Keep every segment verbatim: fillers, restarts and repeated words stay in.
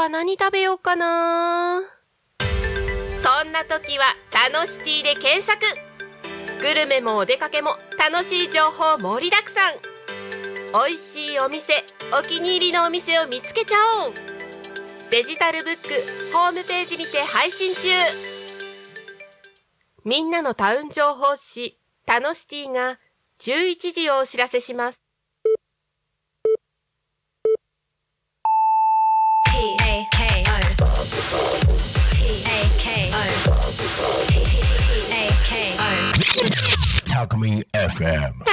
は何食べようかな。そんな時はタノシティで検索。グルメもお出かけも楽しい情報盛りだくさん。美味しいお店、お気に入りのお店を見つけちゃおう。デジタルブックホームページにて配信中。みんなのタウン情報誌タノシティがじゅういちじをお知らせします。 タコミン エフエム。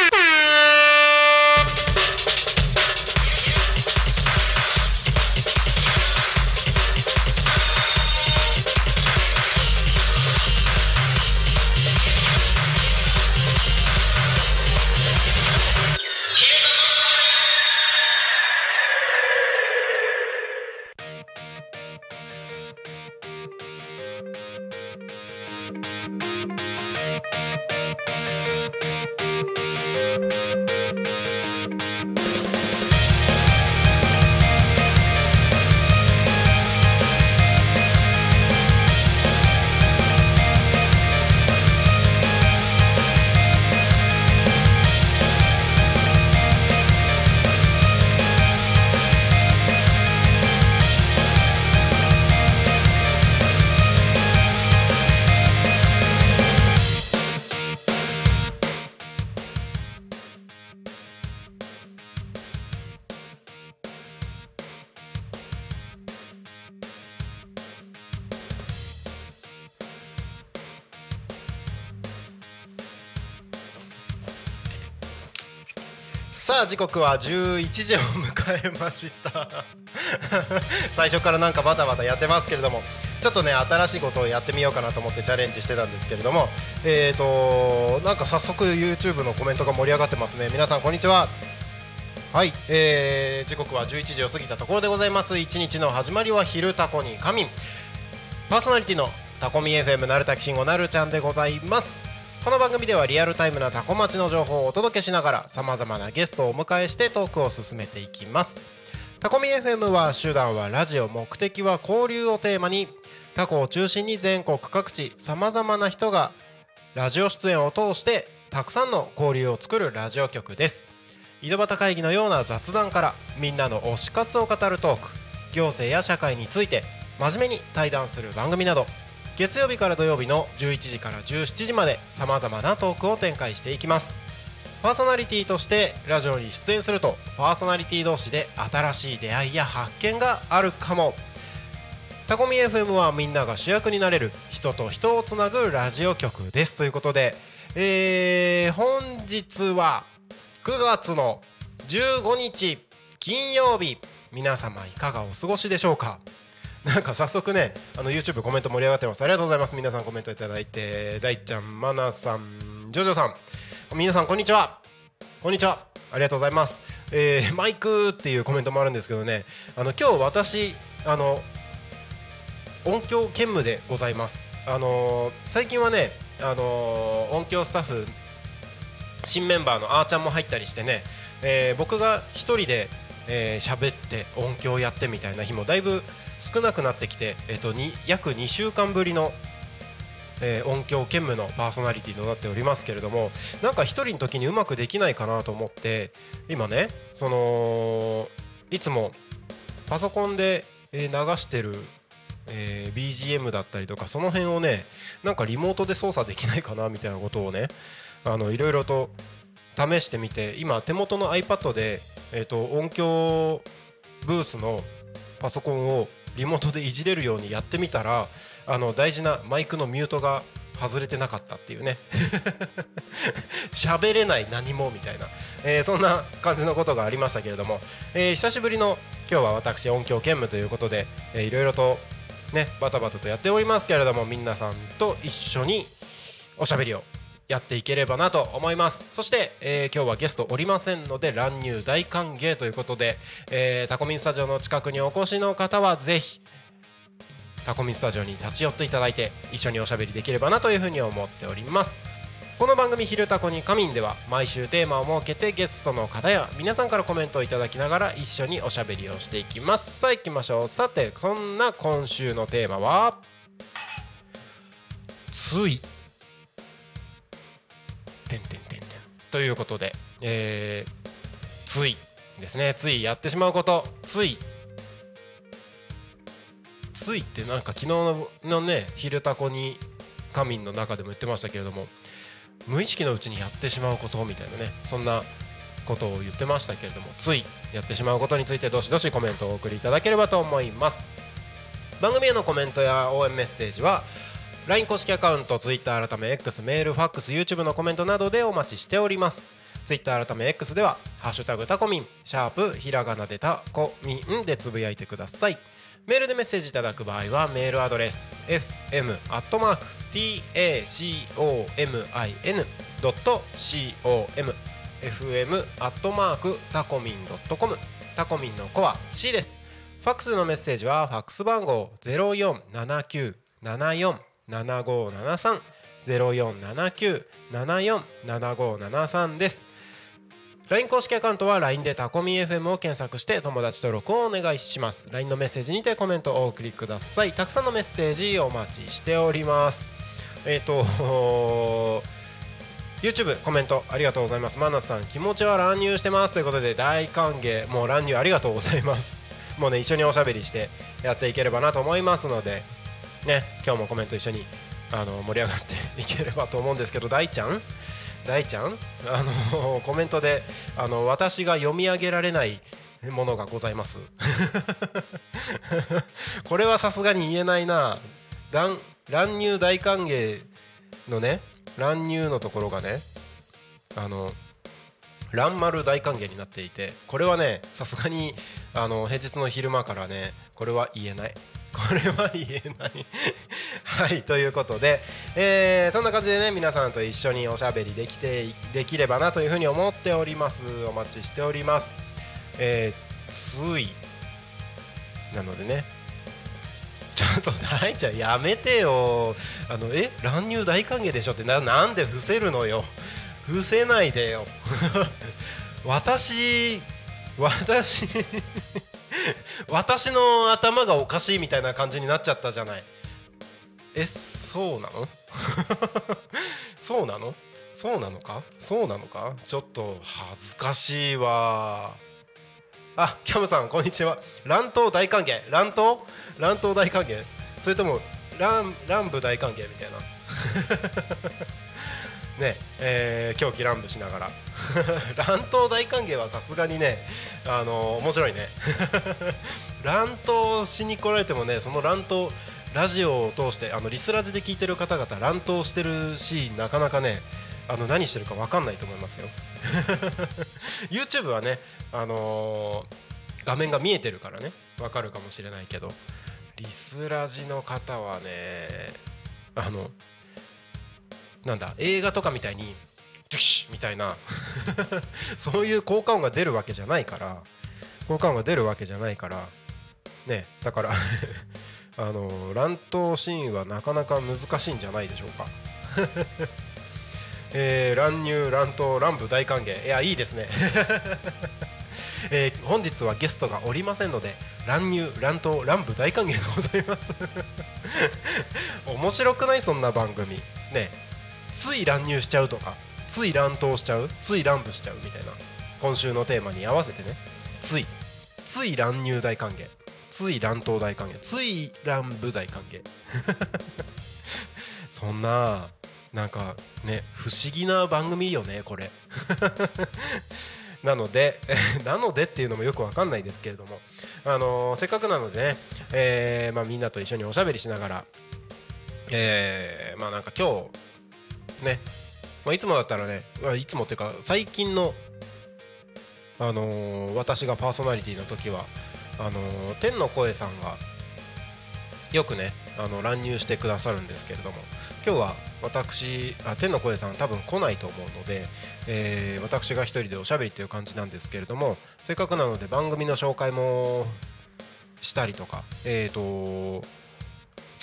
さあ時刻はじゅういちじを迎えました最初からなんかバタバタやってますけれども、ちょっとね新しいことをやってみようかなと思ってチャレンジしてたんですけれども、えーとなんか早速 YouTube のコメントが盛り上がってますね。皆さんこんにちは。はい、えー、時刻はじゅういちじを過ぎたところでございます。一日の始まりは昼タコに仮眠、パーソナリティのタコミ エフエム なるたきしんごなるちゃんでございます。この番組ではリアルタイムなタコ町の情報をお届けしながら様々なゲストをお迎えしてトークを進めていきます。タコミ エフエム は手段はラジオ、目的は交流をテーマに、タコを中心に全国各地様々な人がラジオ出演を通してたくさんの交流を作るラジオ局です。井戸端会議のような雑談からみんなの推し活を語るトーク、行政や社会について真面目に対談する番組など、月曜日から土曜日のじゅういちじからじゅうしちじまで様々なトークを展開していきます。パーソナリティとしてラジオに出演すると、パーソナリティ同士で新しい出会いや発見があるかも。タコミ エフエム はみんなが主役になれる人と人をつなぐラジオ局ですということで、えー、本日はくがつのじゅうごにち金曜日、皆様いかがお過ごしでしょうか。なんか早速ね、あの YouTube コメント盛り上がってます。ありがとうございます。皆さんコメントいただいて、大ちゃん、マナさん、ジョジョさん、皆さんこんにちは。こんにちは、ありがとうございます。えー、マイクっていうコメントもあるんですけどね、あの今日私あの音響兼務でございます。あのー、最近はね、あのー、音響スタッフ新メンバーのあーちゃんも入ったりしてね、えー、僕が一人でえー、喋って音響やってみたいな日もだいぶ少なくなってきて、えー、とに約にしゅうかんぶりの、えー、音響兼務のパーソナリティとなっておりますけれども、なんか一人の時にうまくできないかなと思って、今ね、そのいつもパソコンで流してる、えー、ビージーエム だったりとか、その辺をね、なんかリモートで操作できないかなみたいなことをね、あのいろいろと試してみて、今手元の iPad でえー、と音響ブースのパソコンをリモートでいじれるようにやってみたら、あの大事なマイクのミュートが外れてなかったっていうね喋れない何もみたいな、えー、そんな感じのことがありましたけれども、えー、久しぶりの今日は私音響兼務ということで、えー、いろいろとねバタバタとやっておりますけれども、皆さんと一緒におしゃべりをやっていければなと思います。そして、えー、今日はゲストおりませんので乱入大歓迎ということで、えー、タコミンスタジオの近くにお越しの方はぜひタコミンスタジオに立ち寄っていただいて一緒におしゃべりできればなというふうに思っております。 この番組ひるたこに仮眠では毎週テーマを設けてゲストの方や皆さんからコメントをいただきながら一緒におしゃべりをしていきます。さあ行きましょう。さてそんな今週のテーマはついてんてんてんてんということで、えー、ついですね。ついやってしまうこと、ついついってなんか昨日ののねひるたこに仮眠の中でも言ってましたけれども、無意識のうちにやってしまうことみたいなね、そんなことを言ってましたけれども、ついやってしまうことについてどしどしコメントをお送りいただければと思います。番組へのコメントや応援メッセージは ライン 公式アカウント、Twitter 改め X、メール、ファックス、YouTube のコメントなどでお待ちしております。Twitter 改め X ではハッシュタグタコミン、シャープひらがなでタコミンでつぶやいてください。メールでメッセージいただく場合はメールアドレス エフエム アットマーク タコミン ドット コム エフエム アットマーク タコミン ドット コム、 タコミンの子は C です。ファックスでのメッセージはファックス番号 ゼロよんななきゅうななよんななごななさん ゼロよんななきゅうななよんななごななさんです。ライン 公式アカウントは ライン でタコミン エフエム を検索して友達登録をお願いします。 ライン のメッセージにてコメントをお送りください。たくさんのメッセージお待ちしております。えっ、ー、とYouTube コメントありがとうございます。マナスさん、気持ちは乱入してますということで大歓迎。もう乱入ありがとうございます。もうね一緒におしゃべりしてやっていければなと思いますのでね、今日もコメント一緒にあの盛り上がっていければと思うんですけど、大ちゃん大ちゃんあのコメントであの私が読み上げられないものがございますこれはさすがに言えないな。乱乱入大歓迎のね、乱入のところがね、あの乱丸大歓迎になっていて、これはねさすがにあの平日の昼間からねこれは言えない、これは言えないはい、ということで、えー、そんな感じでね皆さんと一緒におしゃべりできてできればなというふうに思っております。お待ちしております。えー、ついなのでね、ちょっと大ちゃんやめてよ。あのえ乱入大歓迎でしょって な, なんで伏せるのよ。伏せないでよ私私私の頭がおかしいみたいな感じになっちゃったじゃない。えそうなのそうなのそうなのかそうなのかちょっと恥ずかしいわ。あ、キャムさんこんにちは。乱闘大歓迎、乱闘乱闘大歓迎、それとも乱乱舞大歓迎みたいなねえー、狂気乱舞しながら乱闘大歓迎はさすがにね、あのー、面白いね乱闘しに来られてもね、その乱闘ラジオを通してあのリスラジで聞いてる方々乱闘してるシーンなかなかね、あの何してるか分かんないと思いますよYouTube はね、あのー、画面が見えてるからね分かるかもしれないけど、リスラジの方はね、あのなんだ映画とかみたいにドゥッシュみたいなそういう効果音が出るわけじゃないから効果音が出るわけじゃないからね、だからあの乱闘シーンはなかなか難しいんじゃないでしょうかえー、乱入乱闘乱舞大歓迎、いやいいですねえー、本日はゲストがおりませんので乱入乱闘乱舞大歓迎でございます面白くない？そんな番組ね、つい乱入しちゃうとかつい乱闘しちゃうつい乱舞しちゃうみたいな、今週のテーマに合わせてね、ついつい乱入大歓迎、つい乱闘大歓迎、つい乱舞大歓迎そんななんかね不思議な番組よねこれなのでなのでっていうのもよくわかんないですけれども、あのー、せっかくなのでね、えーまあ、みんなと一緒におしゃべりしながら、えー、まあなんか今日ね、まあ、いつもだったらね、まあ、いつもっていうか最近の、あのー、私がパーソナリティの時はあのー、天の声さんがよくねあの乱入してくださるんですけれども、今日は私あ天の声さん多分来ないと思うので、えー、私が一人でおしゃべりという感じなんですけれども、せっかくなので番組の紹介もしたりとか、えーと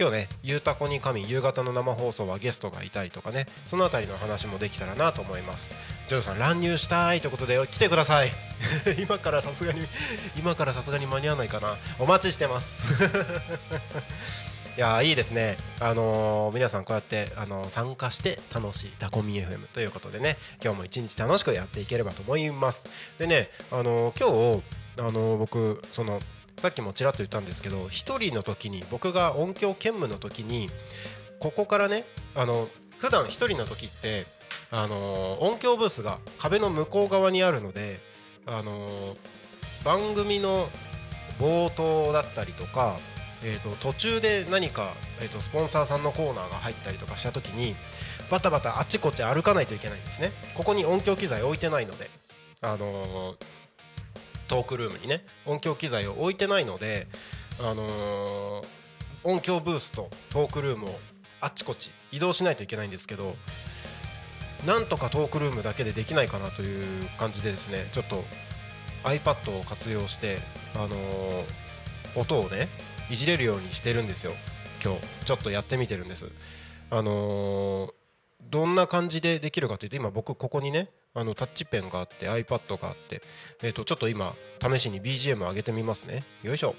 今日ねゆうたこに神夕方の生放送はゲストがいたりとかね、そのあたりの話もできたらなと思います。ジョーさん乱入したいということで来てください今からさすがに今からさすがに間に合わないかな。お待ちしてますいやーいいですね、あのー、皆さんこうやって、あのー、参加して楽しいタコミ エフエム ということでね、今日も一日楽しくやっていければと思います。でね、あのー、今日、あのー、僕そのさっきもちらっと言ったんですけど、一人の時に僕が音響兼務の時にここからね、あの普段一人の時って、あのー、音響ブースが壁の向こう側にあるので、あのー、番組の冒頭だったりとか、えー、と途中で何か、えー、とスポンサーさんのコーナーが入ったりとかした時にバタバタあっちこっち歩かないといけないんですね。ここに音響機材置いてないので、あのー、トークルームにね音響機材を置いてないので、あのー、音響ブースとトークルームをあっちこっち移動しないといけないんですけど、なんとかトークルームだけでできないかなという感じでですね、ちょっと iPad を活用して、あのー、音をねいじれるようにしてるんですよ。今日ちょっとやってみてるんです。あのー、どんな感じでできるかというと、今僕ここにねあのタッチペンがあって iPad があって、えーとちょっと今試しに ビージーエム 上げてみますね。よいしょ。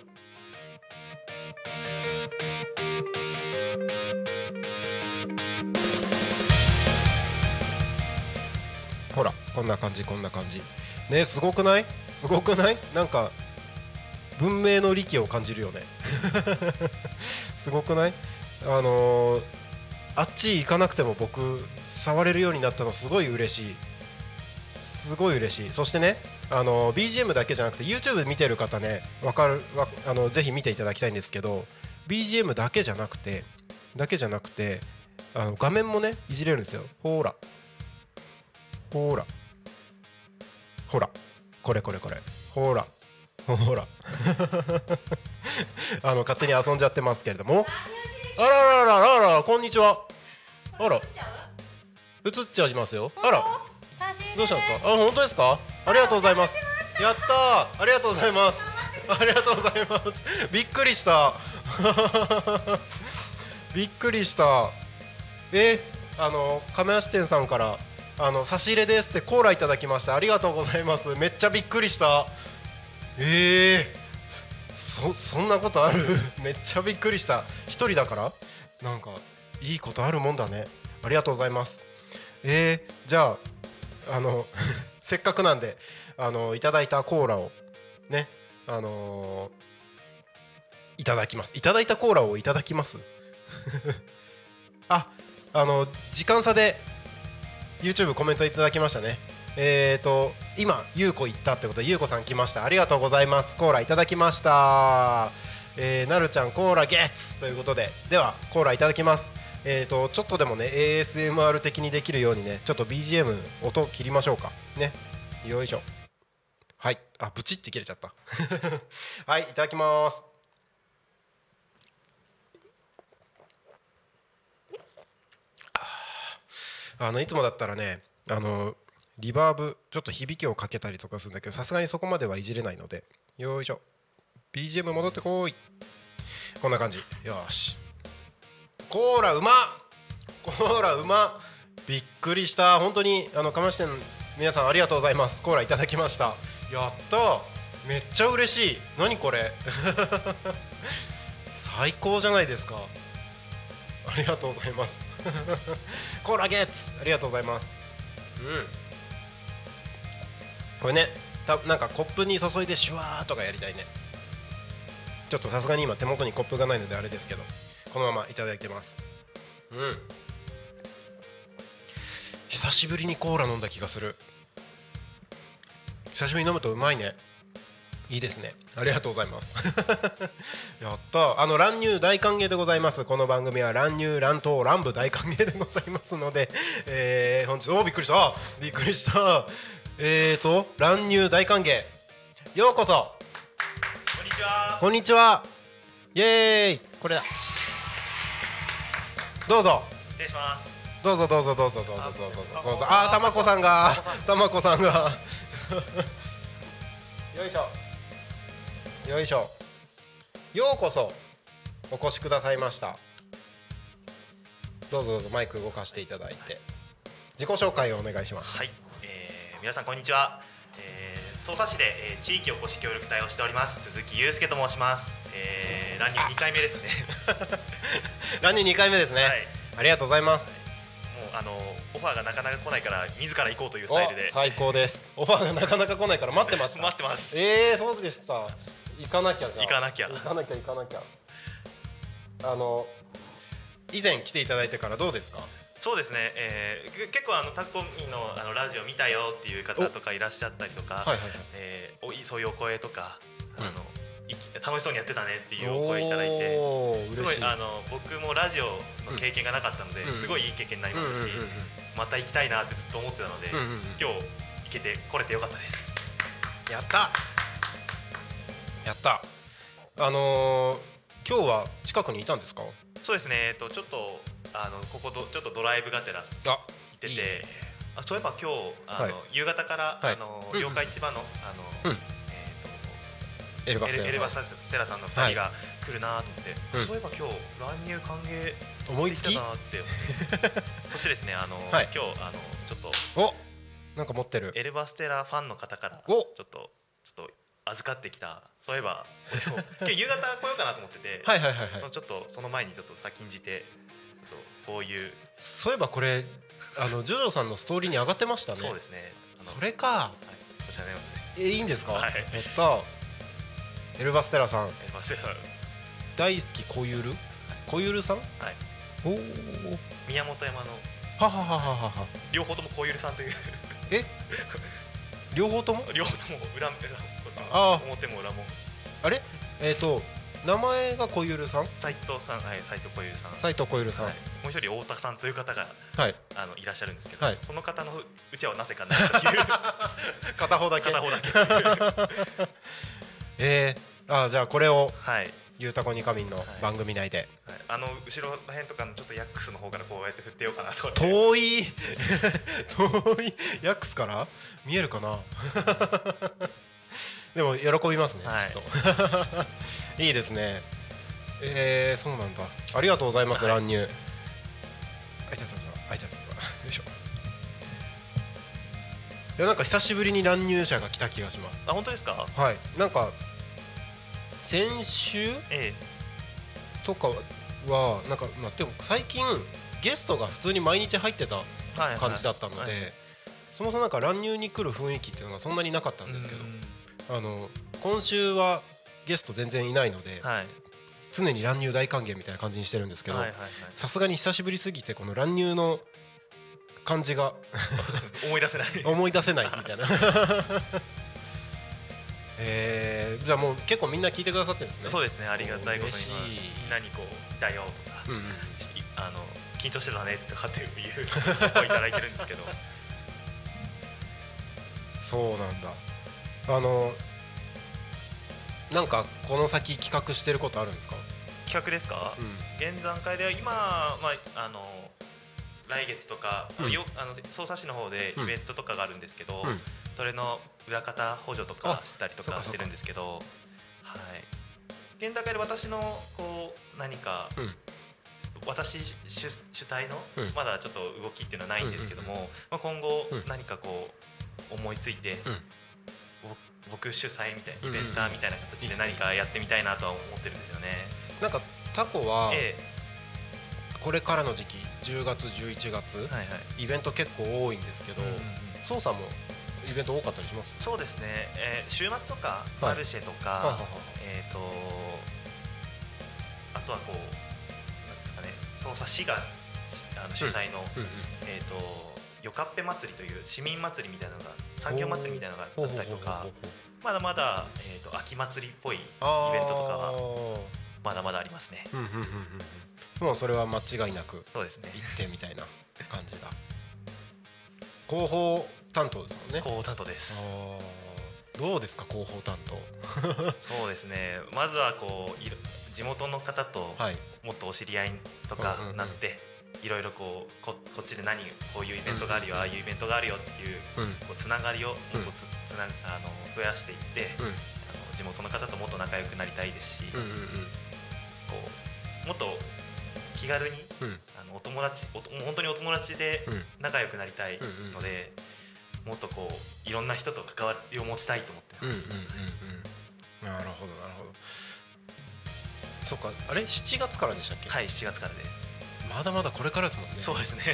ほらこんな感じこんな感じね。すごくない？すごくない？なんか文明の利器を感じるよねすごくない？あのー、あっち行かなくても僕触れるようになったのすごい嬉しい、すごい嬉しい。そしてね、あのー、ビージーエム だけじゃなくて YouTube 見てる方ね、わかるわあのぜひ見ていただきたいんですけど、 ビージーエム だけじゃなくてだけじゃなくてあの画面もねいじれるんですよ。ほらほらほらこれこれこれほらほらあの勝手に遊んじゃってますけれども、あららららららこんにちは。あら映っちゃいますよ。あらどうしたんですか？あ、本当ですか？ありがとうございます。やったー、ありがとうございます。ありがとうございます。びっくりしたびっくりした。えあの亀梨店さんからあの差し入れですってコーラいただきました。ありがとうございます。めっちゃびっくりした。えー、そ, そんなことあるめっちゃびっくりした。一人だからなんかいいことあるもんだね。ありがとうございます。えー、じゃああのせっかくなんであのいただいたコーラをね、あのー、いただきます。いただいたコーラをいただきますあ、あの時間差で YouTube コメントいただきましたね。えーと今ゆうこ行ったってことでゆうこさん来ました。ありがとうございます。コーラいただきました。えー、なるちゃんコーラゲッツということで、ではコーラいただきます。えーとちょっとでもね エーエスエムアール 的にできるようにね、ちょっと ビージーエム 音切りましょうかね。よいしょ。はい、あブチって切れちゃったはいいただきます。あのいつもだったらね、あのリバーブちょっと響きをかけたりとかするんだけど、さすがにそこまではいじれないので、よいしょ。 ビージーエム 戻ってこい。こんな感じ。よし。コーラうまっ、コーラうまっ、びっくりした。本当にあのかまし店皆さんありがとうございます。コーラいただきました。やったー、めっちゃ嬉しい。何これ最高じゃないですか。ありがとうございますコーラゲッツありがとうございます。うんこれね、たなんかコップに注いでシュワーとかやりたいね。ちょっとさすがに今手元にコップがないのであれですけど、このままいただいてます。うん久しぶりにコーラ飲んだ気がする。久しぶりに飲むとうまいね。いいですね。ありがとうございますやった。あの乱入大歓迎でございます。この番組は乱入乱闘乱舞大歓迎でございますので、えー、本日おびっくりしたびっくりしたえーと乱入大歓迎、ようこそ。 こんにちは。 こんにちは。イエーイ。これだ。どうぞ失礼します。 どうぞどうぞどうぞどうぞどうぞどうぞ。あー、たまこさんがたまこさんがよいしょよいしょ。ようこそお越しくださいました。 どうぞどうぞマイク動かしていただいて自己紹介をお願いします。 はい、えー、皆さんこんにちは。えー、匝瑳市で、えー、地域おこし協力隊をしております鈴木祐介と申します。えー、乱入にかいめですね。 乱入にかいめですね、はい、ありがとうございます。 もうあのオファーがなかなか来ないから自ら行こうというスタイルで。 最高です。オファーがなかなか来ないから待ってました。 待ってます。 えー、そうでした。行かなきゃじゃん。 行かなきゃ行かなきゃ行かなきゃ。あの以前来ていただいてからどうですか？ そうですね、えー、結構あのタコミ の, あのラジオ見たよっていう方とかいらっしゃったりとか、はいはいはい、えー、おそういうお声とか、うん、あの楽しそうにやってたねっていうお声いただいて、すごいあの僕もラジオの経験がなかったので、うん、すごいいい経験になりましたし、うんうんうんうん、また行きたいなってずっと思ってたので、うんうんうん、今日行けて来れてよかったです。 やったやったあのー、今日は近くにいたんですか？ そうですね、えっとちょっとあのここどちょっとドライブがてら行ってて、いいね、あそういえば今日あの、はい、夕方から、はい、あの八日市場のあの、うん、えー、とエルバステラさんエルバステラさんのふたりが来るなと思って、はい、そういえば今日乱入歓迎思いつきなってそしてですねあの、はい、今日あのちょっとおなんか持ってるエルバステラファンの方からちょっとちょっと預かってきた、そういえば今日夕方来ようかなと思っててはいはいはい、はい、 そのちょっとその前にちょっと先んじてこういうそういえばこれあのジョジョさんのストーリーに上がってましたね。 そうですね、 それか、 はい、こちらになりますね。 えいいんですか？ はい、 えっとエルバステラさん、 エルバステラ大好きこゆる、はい、こゆるさん、はい、おお宮本山のはははははは両方ともこゆるさんというえ両方とも両方とも裏あ表も裏もあれえっ、ー、と名前がこゆるさん、 斉藤さん、はい、斉藤こゆるさん、 斉藤こゆるさん、はい、 もう一人太田さんという方が、 はい、 あのいらっしゃるんですけど、はい、その方のうちはなぜかないという片方だけ片方だけえー、あじゃあこれを、 はい、 ゆうたこにかみんの番組内で、 はいはい、あの後ろらへんとかのちょっとヤックスの方からこうやって振ってようかなと。 遠い遠いヤックスから見えるかなでも喜びますね、はい、いいですね。えー、そうなんだ、ありがとうございます、はい、乱入あいたたたあいたたたよいしょ。いやなんか久しぶりに乱入者が来た気がします。 あ本当ですか？ はい、なんか先週、 ええ、 とかはなんか、まあ、でも最近ゲストが普通に毎日入ってた感じだったので、はいはいはい、そもそもなんか乱入に来る雰囲気っていうのがそんなになかったんですけど、あの今週はゲスト全然いないので、はい、常に乱入大歓迎みたいな感じにしてるんですけど、さすがに久しぶりすぎてこの乱入の感じが思い出せない思い出せないみたいなえー、じゃあもう結構みんな聞いてくださってるんですね。 そうですね、ありがたいことにみんなにこうだよとか、うんうん、あの緊張してたねとかっていう声いただいてるんですけどそうなんだ。あのなんかこの先企画してることあるんですか？ 企画ですか、うん、現段階では今、まあ、あの来月とか、うん、よあの匝瑳市の方でイベントとかがあるんですけど、うん、それの裏方補助とかしたりとかしてるんですけど、はい、現段階で私のこう何か、うん、私 主, 主体の、うん、まだちょっと動きっていうのはないんですけども、うんうんうん、まあ、今後何かこう思いついて、うん、僕主催みたいなイベンターみたいな形で何かやってみたいなとは思ってるんですよね。 なんかタコは、ええ、これからの時期じゅうがつじゅういちがつ、はいはい、イベント結構多いんですけど、操作、うんうん、もイベント多かったりします？ そうですね、えー、週末とかマルシェとか、はい、えーとあとはこうなんですかね、操作市があの主催の、うんうんうん、えーとよかっぺ祭りという市民祭りみたいなのが産業祭りみたいなのがあったりとか、まだまだ、えーと秋祭りっぽいイベントとかはまだまだありますね。 うんうんうんうん、もうそれは間違いなくそうですね、 行ってみたいな感じだ。広報担当ですもんね。 広報担当です。 どうですか広報担当そうですね、まずはこう地元の方ともっとお知り合いとかなって、はい、いろいろこう こ, こっちで何こういうイベントがあるよ、うん、ああいうイベントがあるよっていう、うん、こうつながりをもっと つ、つなあの増やしていって、うん、あの地元の方ともっと仲良くなりたいですし、うんうんうん、こうもっと気軽に、うん、あのお友友達お本当にお友達で仲良くなりたいので、うんうんうん、もっとこういろんな人と関わりを持ちたいと思ってます。うんうんうんうん、なるほどなるほど。そっか、あれしちがつからでしたっけ？ はい、しちがつからです。 まだまだこれからですもんね。 そうですね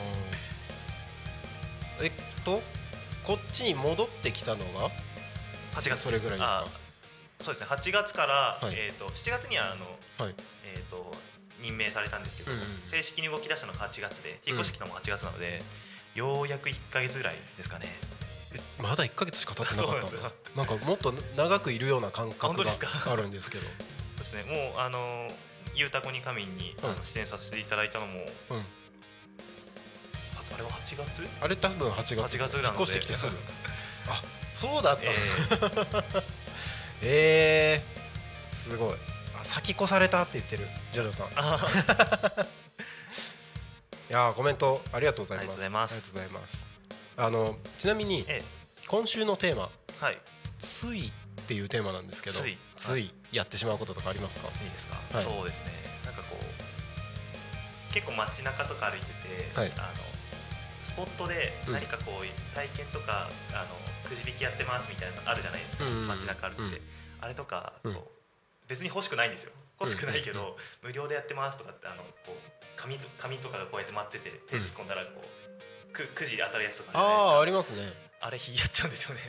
えっとこっちに戻ってきたのがはちがつそれぐらいですか？ そうですね、はちがつから、はい、えー、としちがつにはあの、はい、えー、と任命されたんですけど、うんうん、正式に動き出したのがはちがつで、引っ越してきたのもはちがつなので、うん、ようやくいっかげつぐらいですかね。 えまだいっかげつしか経ってなかったんだなんかもっと長くいるような感覚があるんですけどそうですね、もうあのゆうたこに仮眠に、うん、あの出演させていただいたのも、うん、あ, あれははちがつ？ あれ多分はちがつ、 はちがつなので引っ越してきてすぐあ、そうだった、えーえー、すごい。あ、先越されたって言ってるジョジョさんいやコメントありがとうございます。ありがとうございます。ありがとうございます。あのちなみに、ええ、今週のテーマ、はい、ついっていうテーマなんですけど、つい、ついやってしまうこととかありますか？ いいですか、はい、そうですね、なんかこう結構街中とか歩いてて、はい、あのスポットで何かこう体験とか、うん、あのくじ引きやってますみたいなのあるじゃないですか、うんうんうん、街中歩いて、うん、あれとかこう、うん、別に欲しくないんですよ、欲しくないけど、うんうんうん、無料でやってますとかってあのこう紙と、紙とかがこうやって待ってて手突っ込んだらこう く, くじで当たるやつとかあるじゃないですか。 ああ、ありますね。 あれやっちゃうんですよね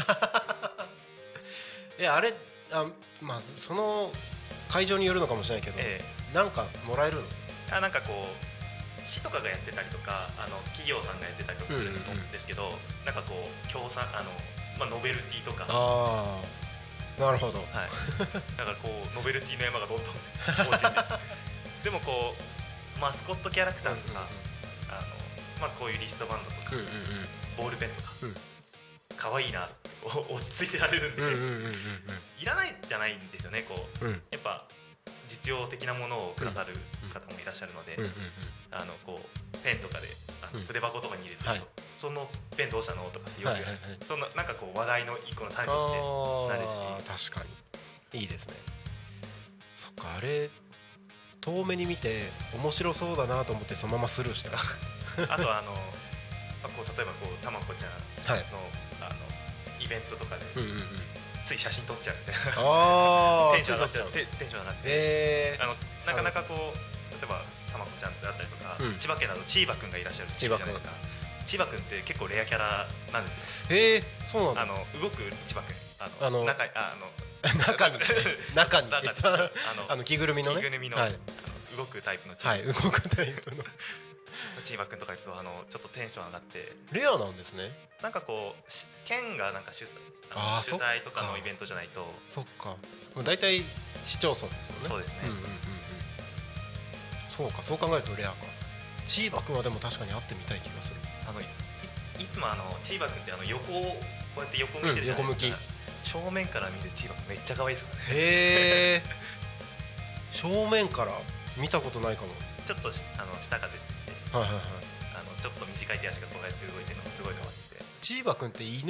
いやあれあ、まあ、その会場によるのかもしれないけど、ええ、なんかもらえるの？ あ、なんかこう市とかがやってたりとかあの企業さんがやってたりとかするんですけど、うんうんうん、なんかこう協賛あの、まあ、ノベルティとか。 ああ、なるほど、 はい、だからこうノベルティの山がどんどん落ちてでもこうマスコットキャラクターとか、うんうんうん、あのまあ、こういうリストバンドとか、うんうんうん、ボールペンとか、うん、かわいいな落ち着いてられるんで、うんうんうんうん、いらないじゃないんですよねこう、うん、やっぱ実用的なものをくださる方もいらっしゃるので、うんうんうん、あのこうペンとかであの筆箱とかに入れてると、はい、そのペンどうしたのとかってよく、はいはいはい、そんななんかこう話題の一個の種としてなるし、確かにいいですね。そっか、あれ遠目に見て面白そうだなと思ってそのままスルーしてましたあとあの、まあ、こう例えばこうたまこちゃんの、はい、あのイベントとかで、うんうんうん、つい写真撮っちゃうみたいなあテンション上がっちゃうテンション上がって、えー、あのなかなかこう例えばたまこちゃんだったりとか、うん、千葉県などチーバくんがいらっしゃるじゃないですか。千葉くんって結構レアキャラなんですよ。 へえ、そうなんだ。 あの動く千葉くん、あの、あの中あの中に中にってあのあの着ぐるみのね、 着ぐるみの、はい、あの動くタイプのはい、動くタイプの千葉くんとかいるとあのちょっとテンション上がってレアなんですね。 なんかこう県がなんか主催あ主催とかのイベントじゃないと。 そっか、だいたい市町村ですよね。 そうですね、うんうんうんうん、 そうか、そう考えるとレアか。千葉くんはでも確かに会ってみたい気がする。 あの い, いつもあの千葉くんってあの横をこうやって横向いてるじゃないですか、うん、横向き正面から見る千葉くんめっちゃ可愛いですよね。 へー正面から見たことないかも。 ちょっとあの下が出てて、はいはいはい、あのちょっと短い手足がこうやって動いてるのがすごい可愛くて。 千葉くんって犬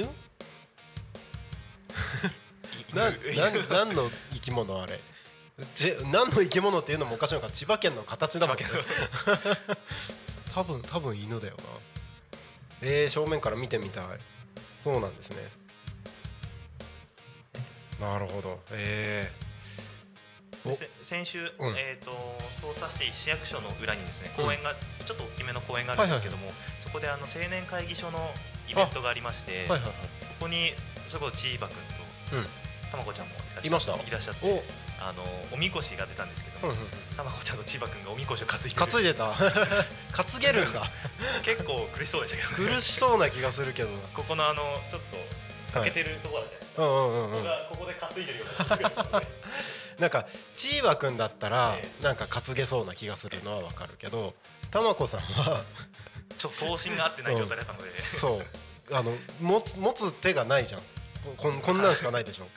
なな何の生き物あれ何の生き物っていうのもおかしいのか。千葉県の形だもんね多分多分犬だよな。えー、正面から見てみたい。そうなんですね。なるほど。えー、先週、うん、えーと匝瑳市市役所の裏にですね公園が、うん、ちょっと大きめの公園があるんですけども、はいはいはい、そこであの青年会議所のイベントがありまして、はいはいはい、ここにそこ千葉くんと、うん、たまこちゃんもいらっしゃって、いらっしゃってあのおみこしが出たんですけども、うんうん、たまこちゃんと千葉くんがおみこしを担いでる担いでた担げるんだ結構苦しそうでしたけど、 ね、苦しそうな気がするけどここのあのちょっと欠けてるところじゃないですか、はい、ここで担いでるような気がするのでなんか千葉くんだったらなんか担げそうな気がするのはわかるけど、たまこさんはちょっと頭身が合ってない状態だったので、うん、 そうあの持つ、持つ手がないじゃん。 こ, こんなんしかないでしょ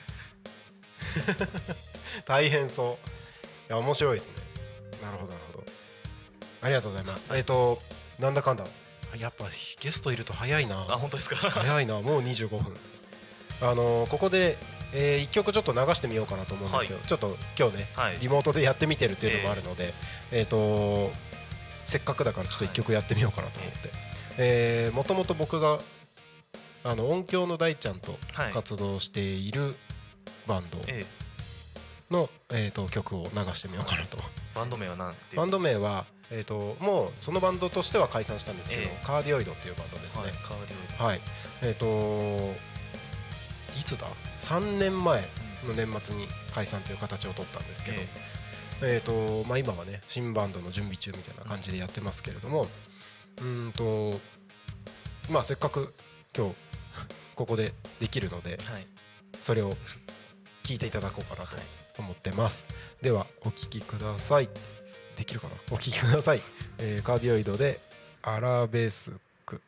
大変そう。いや面白いですね。なるほどなるほど、ありがとうございます。えっ、ー、となんだかんだやっぱゲストいると早いな。 あ、本当ですか早いな。もうにじゅうごふん。あのー、ここで、えー、いっきょくちょっと流してみようかなと思うんですけど、はい、ちょっと今日ね、はい、リモートでやってみてるっていうのもあるので、えー、えーとせっかくだからちょっと一曲やってみようかなと思って、えー、もともと僕があの音響の大ちゃんと活動しているバンドの、えー、と曲を流してみようかなと。 バンド名は何ていう？ バンド名は、えー、ともうそのバンドとしては解散したんですけど、 えー、 カーディオイドっていうバンドですね。 はい、カーディオイド、 はい、えっ、ー、といつださんねんまえの年末に解散という形を取ったんですけど、えー、えーとまあ、今はね新バンドの準備中みたいな感じでやってますけれども、うーんとまあせっかく今日ここでできるので、はい、それを聞いていただこうかなと思ってます、はい、ではお聞きください。できるかな、お聞きください、えー、カーディオイドでアラベスク。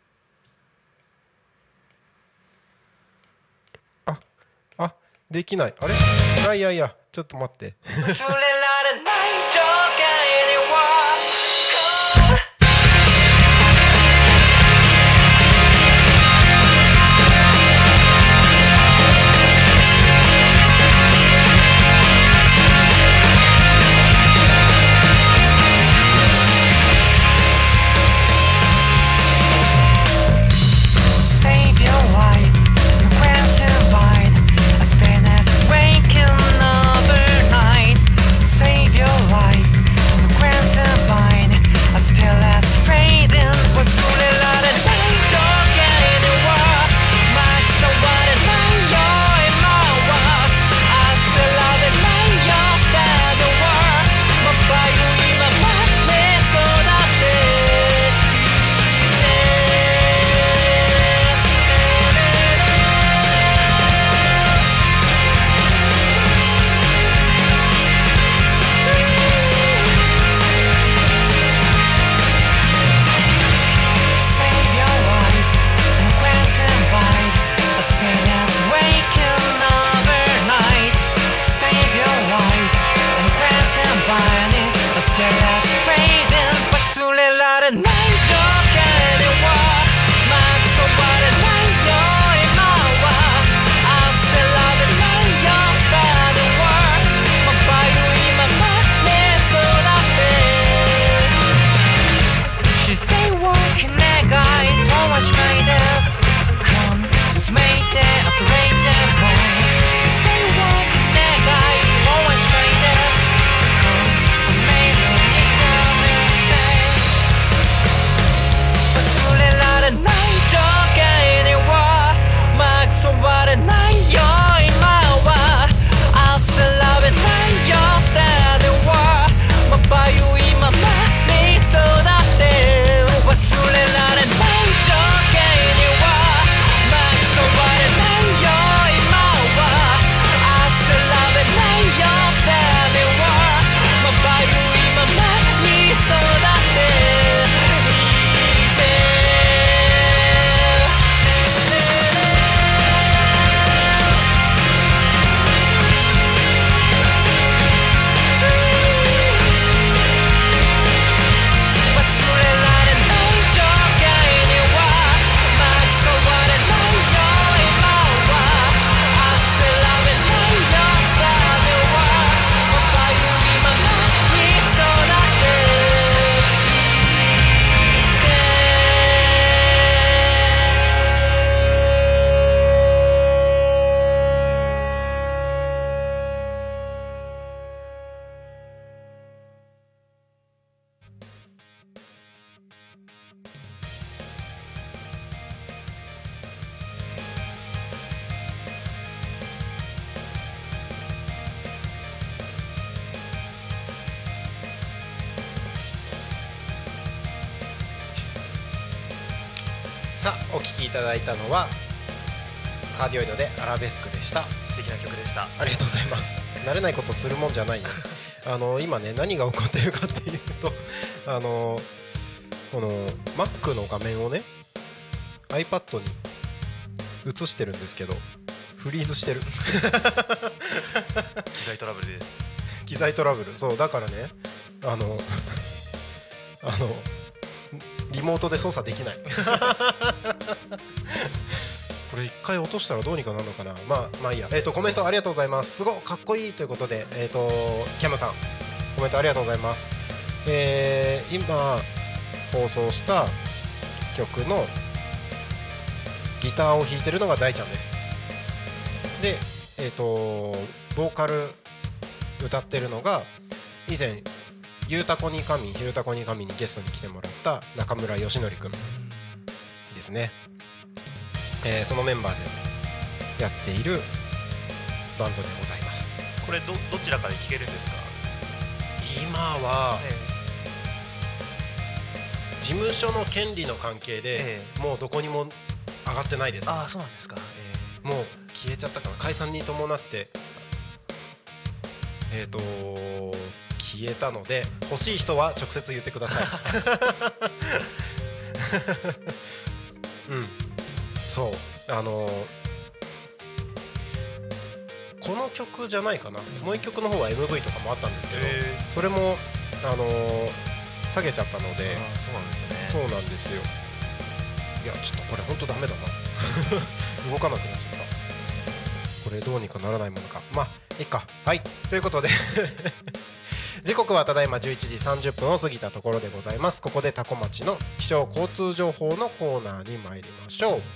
ああできない、あれ、あいやいやちょっと待って。さあお聴きいただいたのはカーディオイドでアラベスクでした。 素敵な曲でした。 ありがとうございます。慣れないことするもんじゃないねあの今ね何が起こっているかっていうとあのこの Mac の画面をね iPad に映してるんですけどフリーズしてる機材トラブルです。 機材トラブル、そうだからねあのあのリモートで操作できないこれ一回落としたらどうにかなるのかな。まあまあいいや。えっとコメントありがとうございます。すごいかっこいいということで、えっとキャムさんコメントありがとうございます。 えー、今放送した曲のギターを弾いてるのが大ちゃんです。で、えーとボーカル歌ってるのが以前ゆうたこに神ひるたこに神にゲストに来てもらった中村義則くんですね。えー、そのメンバーでやっているバンドでございます。 これ ど, どちらから聴けるんですか？ 今は、 え事務所の権利の関係で、 ええ、 もうどこにも上がってないです。 ああ、そうなんですか。 えー、もう消えちゃったかな、解散に伴ってえーと消えたので、欲しい人は直接言ってくださいうん、そうあのー、この曲じゃないかな、もう一曲の方は エムブイ とかもあったんですけど、それもあのー、下げちゃったので。 あ、そうなんですよね。 そうなんですよ。いやちょっとこれほんとダメだな動かなくなっちゃった。これどうにかならないものか、まあいいか。はいということで時刻はただいまじゅういちじさんじゅっぷんを過ぎたところでございます。ここで多古町の気象交通情報のコーナーに参りましょう。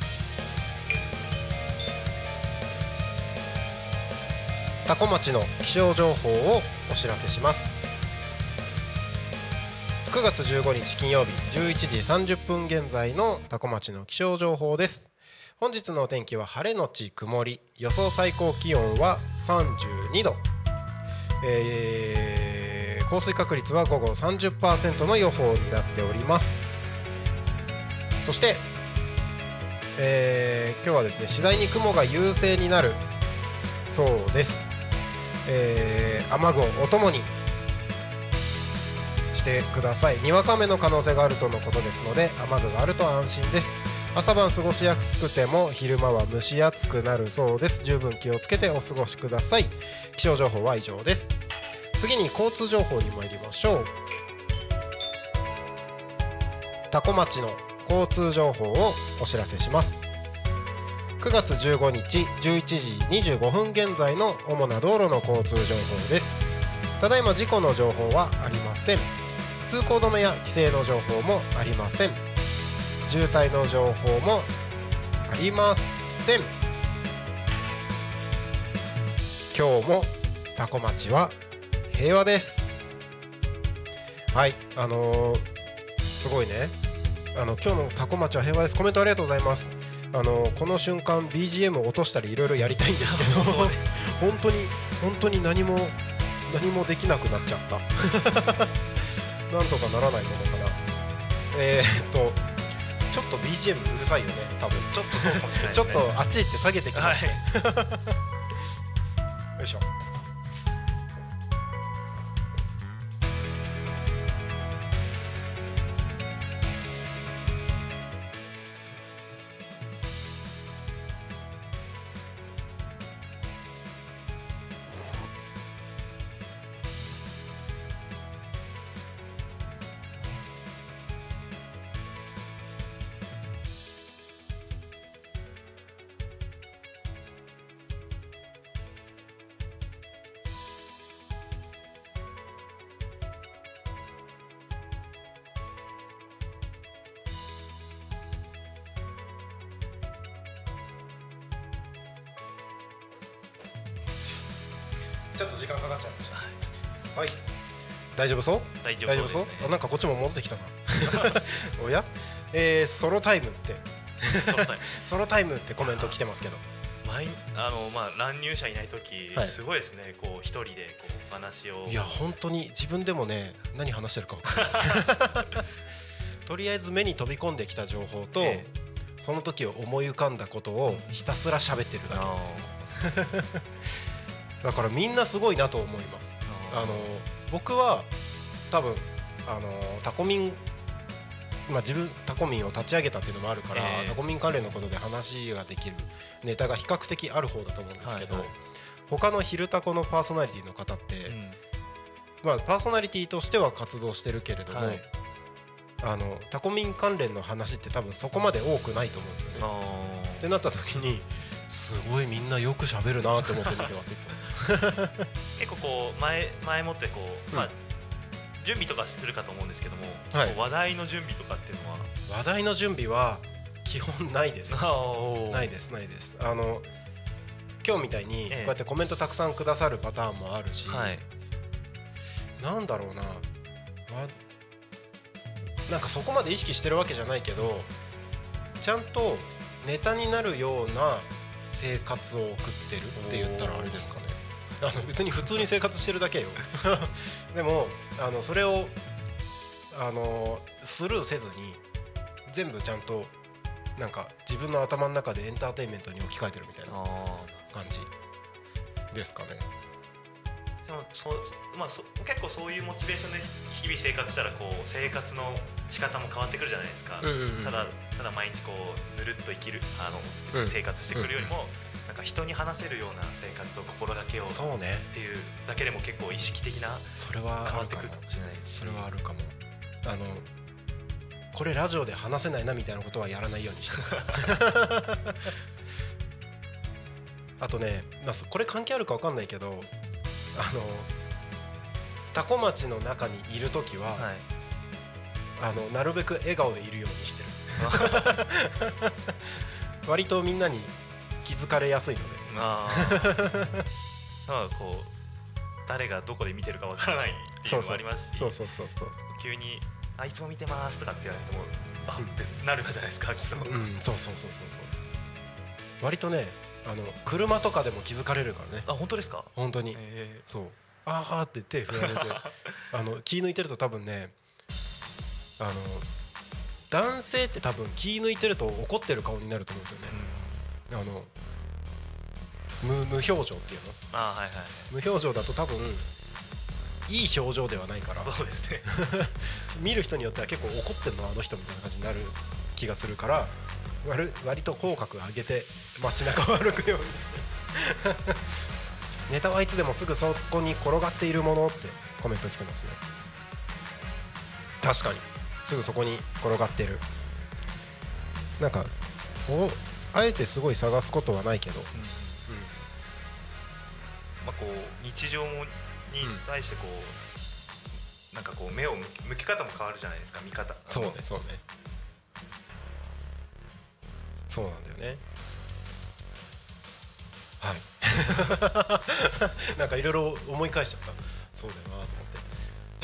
多古町の気象情報をお知らせします。くがつじゅうごにち金曜日じゅういちじさんじゅっぷん現在の多古町の気象情報です。本日のお天気は晴れのち曇り、予想最高気温はさんじゅうにど、えー、降水確率は午後 さんじゅっパーセント の予報になっております。そして、えー、今日はですね、次第に雲が優勢になるそうです。えー、雨具をお供にしてください。にわか雨の可能性があるとのことですので、雨具があると安心です。朝晩過ごしやすくても昼間は蒸し暑くなるそうです。十分気をつけてお過ごしください。気象情報は以上です。次に交通情報に参りましょう。多古町の交通情報をお知らせします。くがつじゅうごにちじゅういちじにじゅうごふん現在の主な道路の交通情報です。ただいま事故の情報はありません。通行止めや規制の情報もありません。渋滞の情報もありません。今日も多古町は平和です。はい、あのー、すごいね、あの今日の多古町は平和です。コメントありがとうございます。あのー、この瞬間 ビージーエム 落としたりいろいろやりたいんですけど本当に本当に何も何もできなくなっちゃったなんとかならないものかな。えー、っとちょっと ビージーエム うるさいよね、多分。 ちょっとそうかもしれないですね。 ちょっとあっち行って下げてきますね、はい、よいしょ。ちょっと時間かかっちゃいました。はい、大丈夫そう？ 大丈夫そうですね。 大丈夫そう？あ、なんかこっちも戻ってきたなおや、えー、ソロタイムってソロタイムソロタイムってコメント来てますけど、 毎あの、まあ、乱入者いないとき、はい、すごいですね。こう一人でこう話を。 いや本当に自分でもね、何話してるか分からないとりあえず目に飛び込んできた情報と、えー、その時を思い浮かんだことをひたすら喋ってるだけだからみんなすごいなと思います。あの僕は多分あのタコミン、まあ、自分タコミンを立ち上げたっていうのもあるから、えー、タコミン関連のことで話ができるネタが比較的ある方だと思うんですけど、はいはい、他の昼タコのパーソナリティの方って、うん、まあ、パーソナリティとしては活動してるけれども、はい、あのタコミン関連の話って多分そこまで多くないと思うんですよね。ってなった時にすごいみんなよく喋るなと思って見てますいつも結構こう前前もってこう、まあ、 準備とかするかと思うんですけども、 はい、 話題の準備とかっていうのは話題の準備は基本ないですないですないですあの今日みたいにこうやってコメントたくさんくださるパターンもあるし、はい、なんだろうななんかそこまで意識してるわけじゃないけどちゃんとネタになるような生活を送ってるって言ったらあれですかねあの別に普通に生活してるだけよでもあのそれをあのスルーせずに全部ちゃんとなんか自分の頭の中でエンターテインメントに置き換えてるみたいな感じですかね。 でもそ、まあ、そ結構そういうモチベーションで日々生活したらこう生活の仕方も変わってくるじゃないですか、うんうんうん、ただただ毎日こうぬるっと生きるあの、うん、生活してくるよりも、うんうん、なんか人に話せるような生活を心がけようっていうだけでも結構意識的な変わってくるかもしれないですし、 それはあるかも。あのこれラジオで話せないなみたいなことはやらないようにしてますあとね、まあ、これ関係あるか分かんないけどあの多古町の中にいるときは、はい、あのなるべく笑顔でいるようにしてる割とみんなに気づかれやすいのであなんかこう誰がどこで見てるかわからないっていうのもありますし、 そうそうそうそう急にあいつも見てますとかって言われてもあってなるじゃないですか、うん、 そうそうそうそうそう割とねあの車とかでも気づかれるからね。 あ、本当ですか？ 本当に、えー、そうあーって手振られてあの気抜いてると多分ねあの男性って多分気抜いてると怒ってる顔になると思うんですよね、うん、あの 無, 無表情っていうのあ、はいはい、 無表情だと多分いい表情ではないから。 そうですね見る人によっては結構怒ってるのあの人みたいな感じになる気がするから割, 割と口角上げて街中を歩くようにしてネタはいつでもすぐそこに転がっているものってコメント来てますね。確かにすぐそこに転がっている。なんかおあえてすごい探すことはないけど、うんうん、 まあ、こう日常に対してこう、うん、なんかこう目を向き方も変わるじゃないですか、見方。 そうねそうねそうなんだよね。はいなんかいろいろ思い返しちゃった。そうだよなと思って。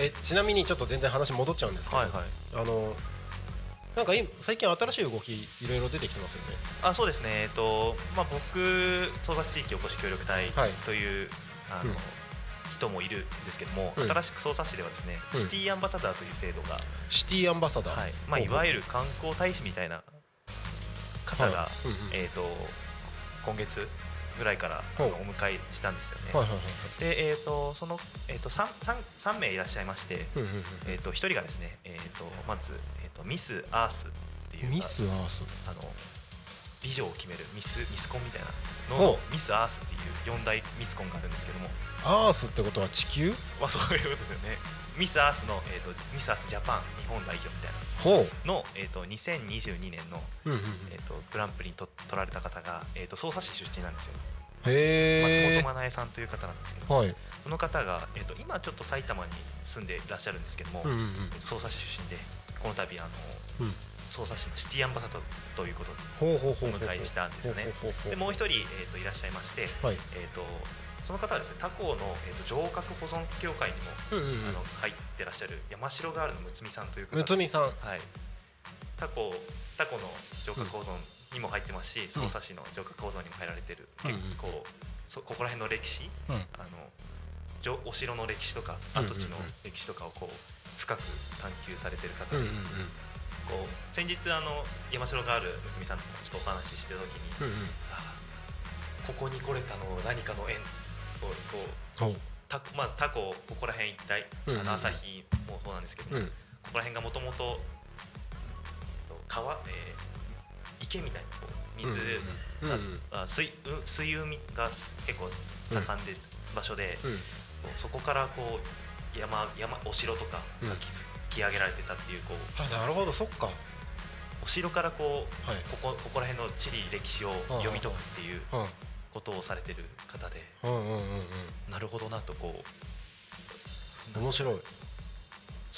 えちなみにちょっと全然話戻っちゃうんですけど、はいはい、あのなんか最近新しい動きいろいろ出てきてますよね。 あ、そうですね、えっとまあ、僕匝瑳市地域おこし協力隊という、はい、あの、うん、人もいるんですけども、うん、新しく匝瑳市ではですね、うん、シティアンバサダーという制度が、 シティアンバサダー、 はい、まあ、いわゆる観光大使みたいな方が、はい、うんうん、えー、と今月ぐらいからお迎えしたんですよね。はいはいはい、で、えー、とその、えー、と 3, 3, さん名いらっしゃいまして、うんうんうん、えー、とひとりがですね、えー、とまず、えー、とミス・アースっていう、 ミス・アース、 あの美女を決めるミス、ミスコンみたいなのミス・アースっていうよん大ミスコンがあるんですけども、 アースってことは地球、 まあ、そういうことですよね。ミス・アースの、えー、とミス・アースジャパン日本代表みたいなの、えー、とにせんにじゅうにねんの、うんうんうん、えー、とグランプリにと取られた方が、えー、と匝瑳市出身なんですよ。 へ松本真奈恵さんという方なんですけど、はい、その方が、えー、と今ちょっと埼玉に住んでいらっしゃるんですけども、うんうんうん、匝瑳市出身でこの度あの、うん、匝瑳市のシティアンバサダーということでお迎えしたんですよね。でもう一人、えー、といらっしゃいまして、はい、えー、とその方はですね、他校の、えー、と城郭保存協会にも、うんうんうん、あの入ってらっしゃる山城ガールのむつみさんという方、 むつみさん、はい、 他校他校の城郭保存にも入ってますし、匝瑳市の城郭保存にも入られてる、うん、結構そここら辺の歴史、うん、あのお城の歴史とか跡地の歴史とかをこう深く探求されてる方で、うんうんうん、こう先日あの山城ガールむつみさんとちょっとお話ししてた時に、うんうん、ここに来れたの何かの縁をこうた、まあ、他校ここら辺一帯、うんうん、あの旭もそうなんですけど、うん、ここら辺がもともと川、えー、池みたいなこう水、うんうん、あ水水運が結構盛んで、うん、場所で、うん、そこからこう 山, 山お城とかが築き上げられてたっていう、こう、 うん、あ、なるほど、そっか、 お城からこう、はい、ここここら辺の地理歴史を読み解くっていうことをされてる方で、うんうんうんうん、なるほどなとこう、 面白い。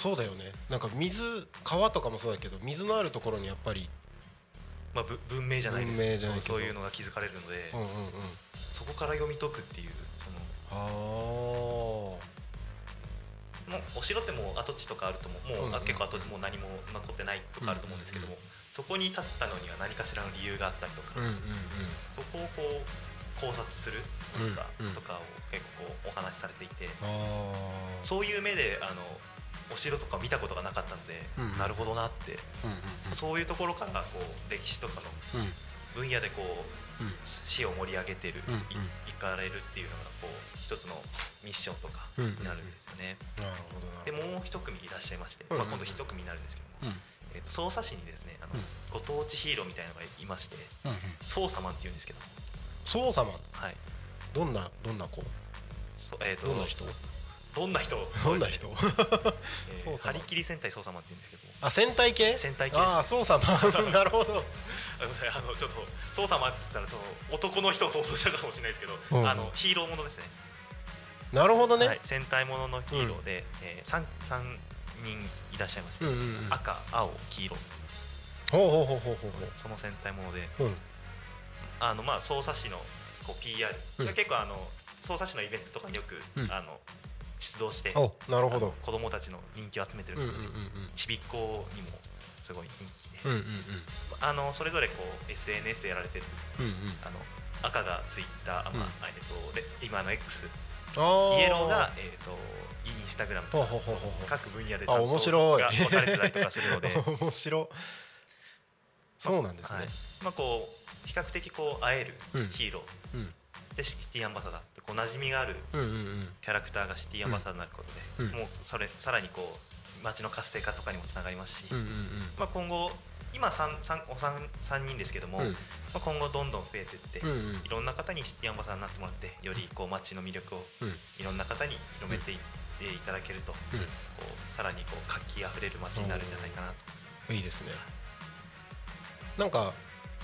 そうだよね。なんか水川とかもそうだけど水のあるところにやっぱりまあ、文明じゃないですけど、 けどそういうのが気づかれるので、 うんうんうん、 そこから読み解くっていうそのあもうお城ってもう跡地とかあるともう、もう、うんうん、結構後もう何も残ってないとかあると思うんですけども、うんうんうん、そこに立ったのには何かしらの理由があったりとか、うんうんうん、そこをこう考察するとかを結構こうお話しされていて、うんうん、そういう目であのお城とか見たことがなかったので、うんうん、なるほどなって、うんうんうん、そういうところからこう歴史とかの分野でこう、うん、史を盛り上げてる、うんうん、い, いかれるっていうのがこう一つのミッションとかになるんですよね、うんうんうん、なるほどな。でもう一組いらっしゃいまして、うんうん、まあ、今度一組になるんですけども、うん、えー、と匝瑳市にですねあの、うん、ご当地ヒーローみたいなのがいまして、うんうん、捜査マンっていうんですけど。 捜査マン、 はい、 どんなどんな子、 そ、えー、とどんな人どんな人どんな人えー、張り切り戦隊捜査マンって言うんですけども。 あ、戦隊系戦隊系です、ね、 ああ、捜査マンなるほどあのちょっと捜査マンって言ったらちょっと男の人を想像したかもしれないですけど、うん、あのヒーローものですね。 なるほどね、 はい、戦隊もののヒーローで、うん、えー、3, 3人いらっしゃいまして、うんうんうん、赤、青、黄色、 ほうほうほうほうほう、 その戦隊もので、 うん、 あのまあ匝瑳市のこう ピーアール、うん、結構あの匝瑳市のイベントとかによく、うん、あの出動して、 なるほど、 子供たちの人気を集めてることで、ちびっこにもすごい人気で、うんうんうん、あのそれぞれこう エスエヌエス やられてる、うんうん、あの赤がツイッター、まあ、うん、えっと、今の X、 イエローが、えー、とインスタグラムとか各分野で担当が分かれてたりとかするので面白い。そうなんですね、 はい、まあ、こう比較的こう会えるヒーロー、うんうん、でシティアンバサダーってこう馴染みがあるキャラクターがシティアンバサダーになることで、うん、もうそれさらにこう街の活性化とかにもつながりますし、うんうんうん、まあ、今後今 3, 3, お 3, さんにんですけども、うん、まあ、今後どんどん増えていって、うんうん、いろんな方にシティアンバサダーになってもらってよりこう街の魅力をいろんな方に広めていっていただけると、うん、こうさらにこう活気あふれる街になるんじゃないかなと。 いいですね。なんか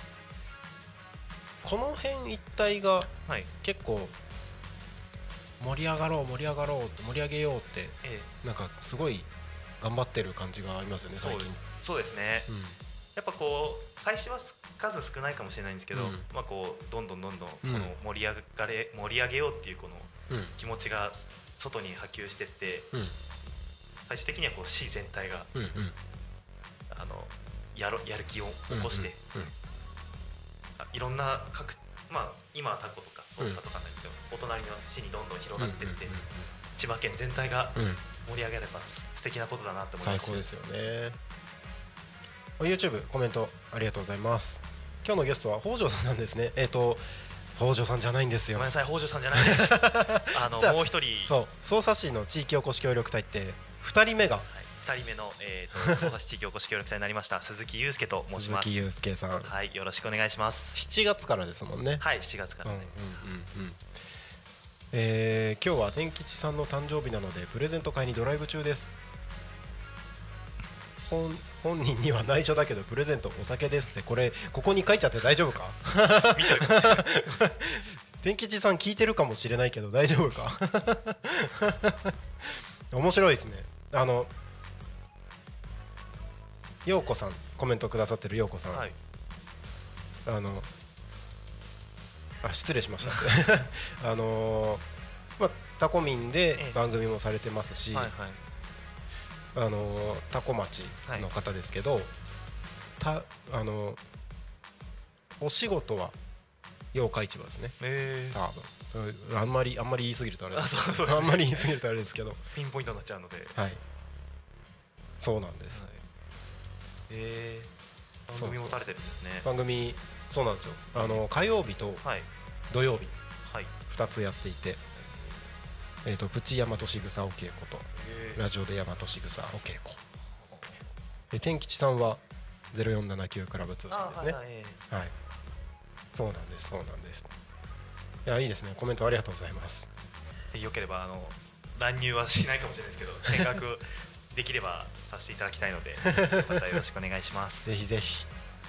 この辺一帯が結構盛り上がろう盛り上がろう盛り上げようって、ええ、なんかすごい頑張ってる感じがありますよね最近。 そうですね、うん、やっぱこう最初は数少ないかもしれないんですけど、うん、まあ、こうどんどんどんどんこの盛り上がれ、盛り上げようっていうこの気持ちが外に波及していって、うん、最終的にはこう市全体が、うんうん、あの や, ろやる気を起こして、うんうんうん、いろんな各、まあ、今はタコとか捜査とかなんですけど、うん、お隣の市にどんどん広がっていって、うんうんうんうん、千葉県全体が盛り上げれば素敵なことだなと思います。 最高ですよね。YouTube コメントありがとうございます。今日のゲストは北条さんなんですね。えっと北条さんじゃないんですよ。 ごめんなさい、北条さんじゃないですあのもう一人、 そう匝瑳市の地域おこし協力隊ってふたりめが、はい、 ふたりめの、えー、と匝瑳市地域おこし協力隊になりました鈴木祐介と申します。 鈴木祐介さん、 はい、よろしくお願いします。 しちがつからですもんね。 はい、しちがつからね、 うんうんうんうん、えー、今日は天吉さんの誕生日なのでプレゼント買いにドライブ中です。 本, 本人には内緒だけどプレゼントお酒ですって、これここに書いちゃって大丈夫か見てる天吉さん聞いてるかもしれないけど大丈夫か面白いですね。あの陽子さん、コメントくださってる陽子さん、はい、あのあ失礼しましたあのー、まあタコミンで番組もされてますし、はいはい、あのー、タコ町の方ですけど、はい、たあのー、お仕事は八日市場ですね。多分あんまりあんまり言い過ぎるとあれですけど、あんまり言い過ぎるとあれですけどピンポイントになっちゃうので、 はい、そうなんです。 はい、えー、番組もされてるんですね。 番組そうなんですよ。あの火曜日と土曜日、はい、ふたつやっていて、えー、とプチ大和しぐさお稽古とラジオで大和しぐさお稽古で、天吉さんはゼロよんななきゅうクラブ通信ですね。はい、はいはい、そうなんですそうなんです。いやいいですね。コメントありがとうございます。 よければあの乱入はしないかもしれないですけど見学できればさせていただきたいのでまたよろしくお願いしますぜひぜひ。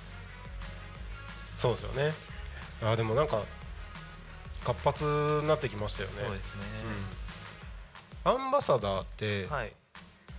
そうですよね。あでもなんか活発になってきましたよね。 そうですね、 うん、アンバサダーって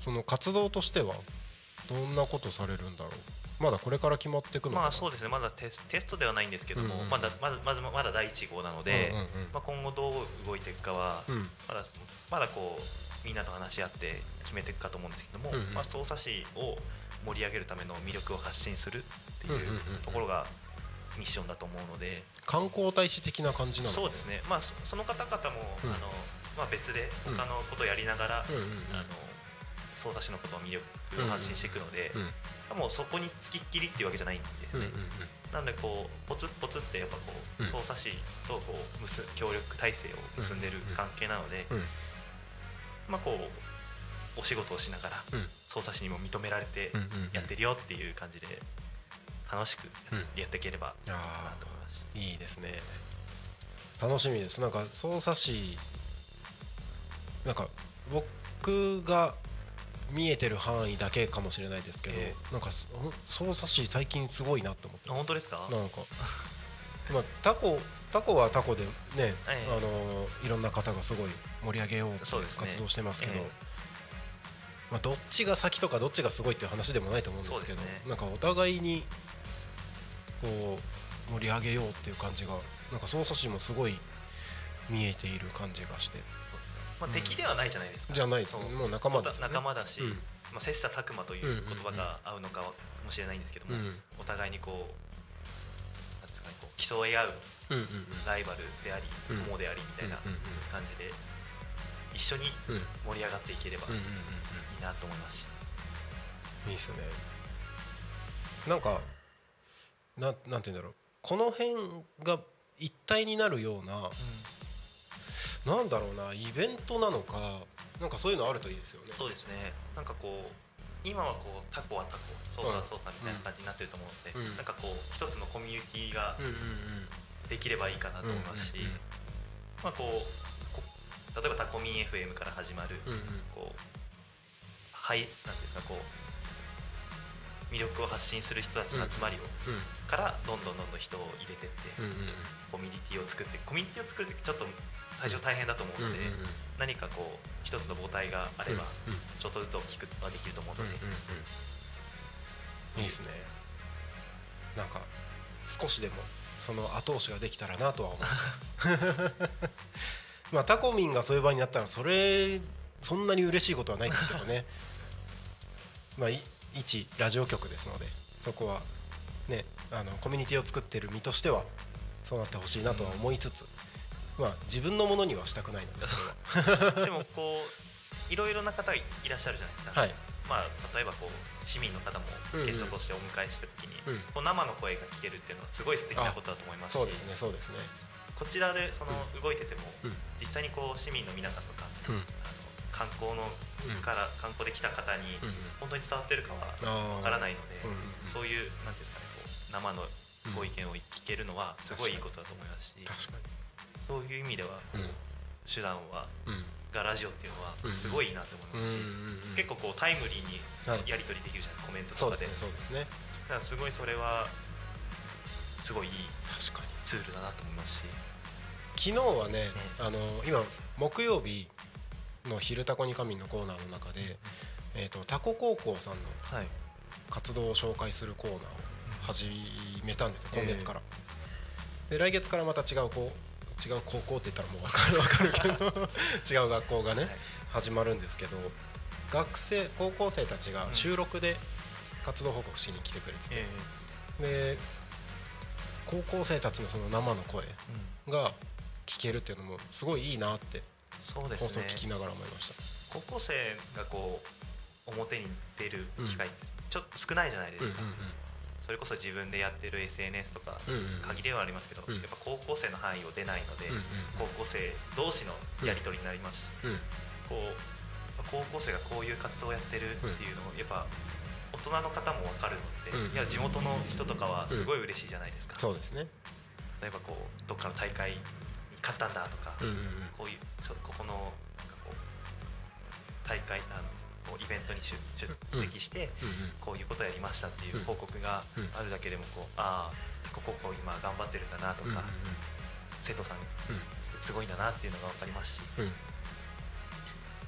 その活動としてはどんなことされるんだろう。まだこれから決まっていくのかな。 まあそうですね、まだテス、テストではないんですけども、うんうん、まだまだまだまだだいいち号なので、うんうんうん、まあ、今後どう動いていくかは、うん、まだまだこうみんなと話し合って決めていくかと思うんですけども、うんうん、まあ、匝瑳市を盛り上げるための魅力を発信するっていうところがミッションだと思うので、 観光大使的な感じなので、 そうですね、まあ、その方々も、うん、あのまあ、別で他のことをやりながら、うんうんうん、あの匝瑳市のことを魅力を発信していくので、うんうん、もうそこにつきっきりっていうわけじゃないんですよね、うんうんうん、なのでこうポツッポツってやっぱこう匝瑳市とこう結協力体制を結んでる関係なので、うんうんうん、まあこうお仕事をしながら匝瑳市にも認められてやってるよっていう感じで楽しくやっていければいいなと思います、 うん、いいですね、楽しみです。なんか匝瑳市なんか僕が見えてる範囲だけかもしれないですけど、えー、なんか匝瑳市最近すごいなと思ってます。 本当ですか。 なんかまあタコタコはタコでね、えー、あのいろんな方がすごい盛り上げようって活動してますけど、ね、えー、まあ、どっちが先とかどっちがすごいっていう話でもないと思うんですけど、ね、なんかお互いにこう盛り上げようっていう感じがなんか匝瑳市もすごい見えている感じがして、 まあ、敵ではないじゃないですか、 うん、じゃないですね、もう仲間ですね、 仲間だし、うん、まあ、切磋琢磨という言葉が合うのかもしれないんですけども、うんうん、お互いにこうなんですかね、こう競い合うライバルであり、うんうん、友でありみたいな感じで一緒に盛り上がっていければいいなと思いますし、 いいですね。なんか な, なんていうんだろう、この辺が一体になるような、うん、なんだろうな、イベントなのか、なんかそういうのあるといいですよね。 そうですね、なんかこう今はこうタコはタコ、操作は操作みたいな感じになってると思うので、うん、なんかこう一つのコミュニティができればいいかなと思いますし、まあこう例えばタコミン エフエム から始まる、うんうん、こうはい、なんていうかこう魅力を発信する人たちの集まりを、うんうん、からどんどんどんどん人を入れていって、うんうん、コミュニティを作ってコミュニティを作るってちょっと最初大変だと思うので、うんうんうん、何かこう一つの母体があれば、うんうん、ちょっとずつ大きくはできると思うので、うんうんうん、いいですね。なんか少しでもその後押しができたらなとは思いますまあタコミンがそういう場になったらそれそんなに嬉しいことはないんですけどねまあ一ラジオ局ですので、そこはね、あのコミュニティを作っている身としてはそうなってほしいなとは思いつつ、まあ自分のものにはしたくないのでそれはでもこういろいろな方いらっしゃるじゃないですか、はい、まあ、例えばこう市民の方もゲストとしてお迎えした時に、うんうん、こう生の声が聞けるっていうのはすごい素敵なことだと思いますし、 そうですね、そうですね、 こちらでその動いてても、うん、実際にこう市民の皆さんとか、うん、あの観光のから、うん、観光で来た方に本当に伝わってるかはわからないので、うんうん、そういうなんていうんですかね、こう生のご意見を聞けるのはすごいいいことだと思いますし、 確かにそういう意味では、うん、手段は、うん、がラジオっていうのはすごいいいなと思いますし、うんうんうん、結構こうタイムリーにやり取りできるじゃない、コメントとかで、 そうですね、 だからすごいそれはすごいいいツールだなと思いますし、 昨日はね、うん、あの今木曜日の昼タコに神のコーナーの中で、うん、えーと、タコ高校さんの活動を紹介するコーナーを始めたんですよ、今月から、えー、で来月からまた違うこう違う高校って言ったらもう分かる分かるけど違う学校がね、はい、始まるんですけど、学生高校生たちが週ろくで活動報告しに来てくれてて、うん、で高校生たちのその生の声が聞けるっていうのもすごいいいなってそうですね、 放送聞きながら思いました。 高校生がこう表に出る機会ってちょっと少ないじゃないですか、うんうんうん、それこそ自分でやってる エスエヌエス とか限りはありますけど、うんうん、やっぱ高校生の範囲を出ないので、うんうん、高校生同士のやり取りになりますし、うんうん、こう高校生がこういう活動をやってるっていうのをやっぱ大人の方も分かるので、うんうん、いや地元の人とかはすごい嬉しいじゃないですか、うん、 そうですね。 例えばこうどっかの大会に勝ったんだとか、うんうんうん、こういうここのなんかこう大会あのこうイベントに出席して、うんうん、こういうことをやりましたっていう報告があるだけでもこう、ああこここ今頑張ってるんだなとか、うんうん、生徒さんすごいんだなっていうのが分かりますし、うん、見